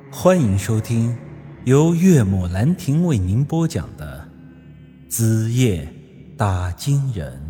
欢迎收听由岳母兰亭为您播讲的子夜打金人。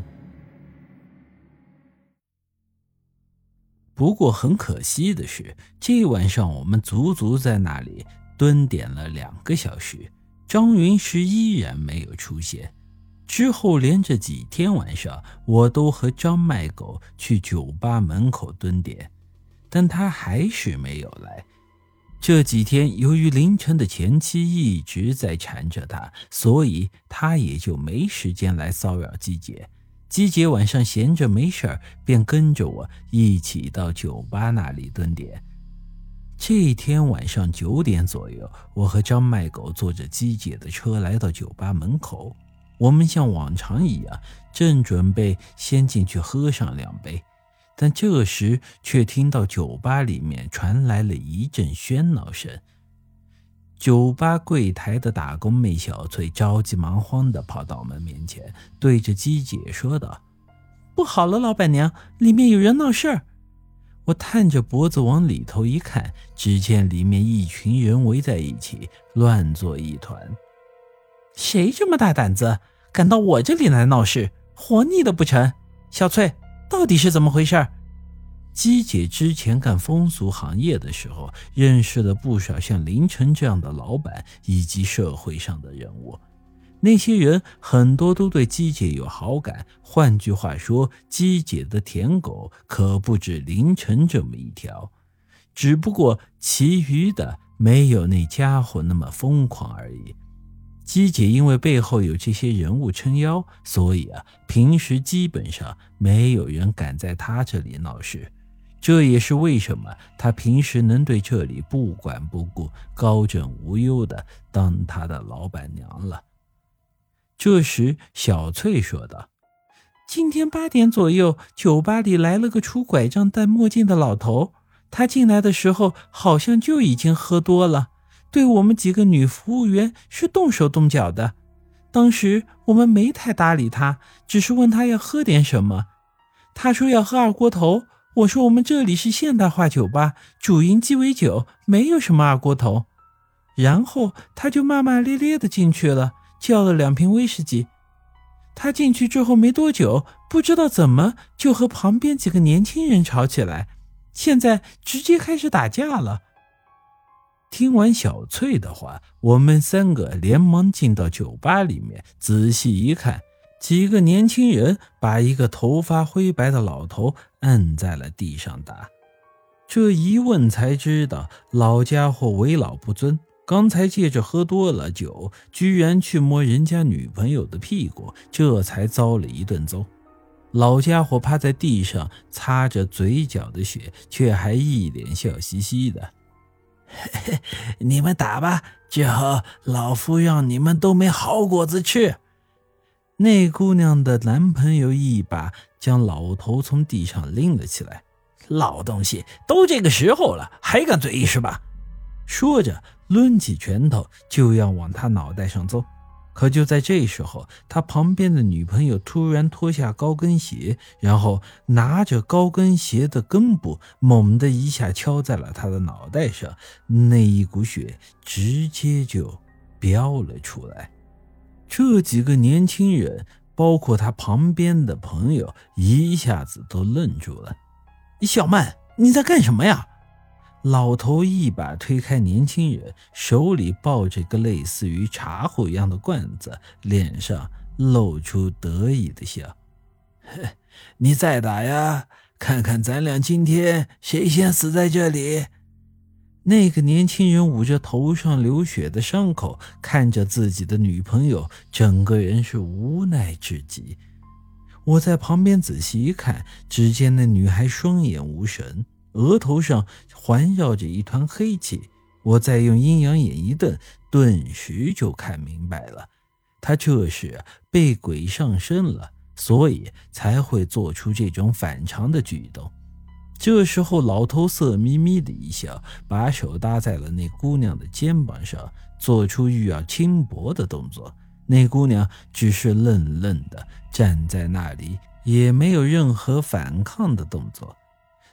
不过很可惜的是，这晚上我们足足在那里蹲点了2个小时，张云石依然没有出现。之后连着几天晚上，我都和张麦狗去酒吧门口蹲点，但他还是没有来。这几天由于凌晨的前妻一直在缠着他，所以他也就没时间来骚扰姬姐。姬姐晚上闲着没事儿，便跟着我一起到酒吧那里蹲点。这天晚上9点左右，我和张麦狗坐着姬姐的车来到酒吧门口。我们像往常一样，正准备先进去喝上2杯，但这时却听到酒吧里面传来了一阵喧闹声。酒吧柜台的打工妹小翠着急忙慌地跑到我们面前，对着姬姐说道：“不好了，老板娘，里面有人闹事儿。”我探着脖子往里头一看，只见里面一群人围在一起，乱作一团。谁这么大胆子，敢到我这里来闹事，活腻的不成？小翠，到底是怎么回事？姬姐之前干风俗行业的时候，认识了不少像凌晨这样的老板以及社会上的人物。那些人很多都对姬姐有好感，换句话说，姬姐的舔狗可不止凌晨这么一条，只不过其余的没有那家伙那么疯狂而已。姬姐因为背后有这些人物撑腰，所以平时基本上没有人敢在她这里闹事。这也是为什么她平时能对这里不管不顾，高枕无忧的当她的老板娘了。这时小翠说道：“今天8点左右，酒吧里来了个拄拐杖戴墨镜的老头，他进来的时候好像就已经喝多了，对我们几个女服务员是动手动脚的。当时我们没太搭理他，只是问他要喝点什么。他说要喝2锅头，我说我们这里是现代化酒吧，主营鸡尾酒，没有什么2锅头。然后他就骂骂咧咧的进去了，叫了2瓶威士忌。他进去之后没多久，不知道怎么就和旁边几个年轻人吵起来，现在直接开始打架了。”听完小翠的话，我们3个连忙进到酒吧里面，仔细一看，几个年轻人把一个头发灰白的老头按在了地上打。这一问才知道，老家伙为老不尊，刚才借着喝多了酒，居然去摸人家女朋友的屁股，这才遭了一顿揍。老家伙趴在地上擦着嘴角的血，却还一脸笑嘻嘻的。你们打吧，之后老夫让你们都没好果子吃。那姑娘的男朋友一把将老头从地上拎了起来。老东西，都这个时候了，还敢嘴硬是吧？说着抡起拳头就要往他脑袋上揍。可就在这时候，他旁边的女朋友突然脱下高跟鞋，然后拿着高跟鞋的根部猛地一下敲在了他的脑袋上，那一股血直接就飙了出来。这几个年轻人，包括他旁边的朋友，一下子都愣住了。小曼，你在干什么呀？老头一把推开年轻人，手里抱着个类似于茶壶一样的罐子，脸上露出得意的笑。你再打呀，看看咱俩今天谁先死在这里。那个年轻人捂着头上流血的伤口，看着自己的女朋友，整个人是无奈至极。我在旁边仔细一看，只见那女孩双眼无神，额头上环绕着一团黑气。我再用阴阳眼一瞪，顿时就看明白了，她这是被鬼上身了，所以才会做出这种反常的举动。这时候老头色眯眯的一笑，把手搭在了那姑娘的肩膀上，做出欲要轻薄的动作。那姑娘只是愣愣的站在那里，也没有任何反抗的动作。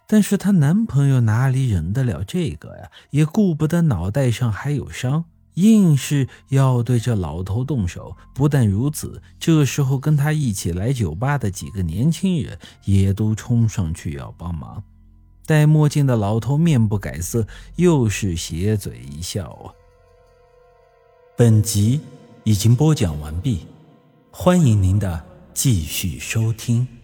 但是她男朋友哪里忍得了这个呀，也顾不得脑袋上还有伤，硬是要对这老头动手。不但如此，这时候跟他一起来酒吧的几个年轻人也都冲上去要帮忙。戴墨镜的老头面不改色，又是斜嘴一笑啊。本集已经播讲完毕，欢迎您的继续收听。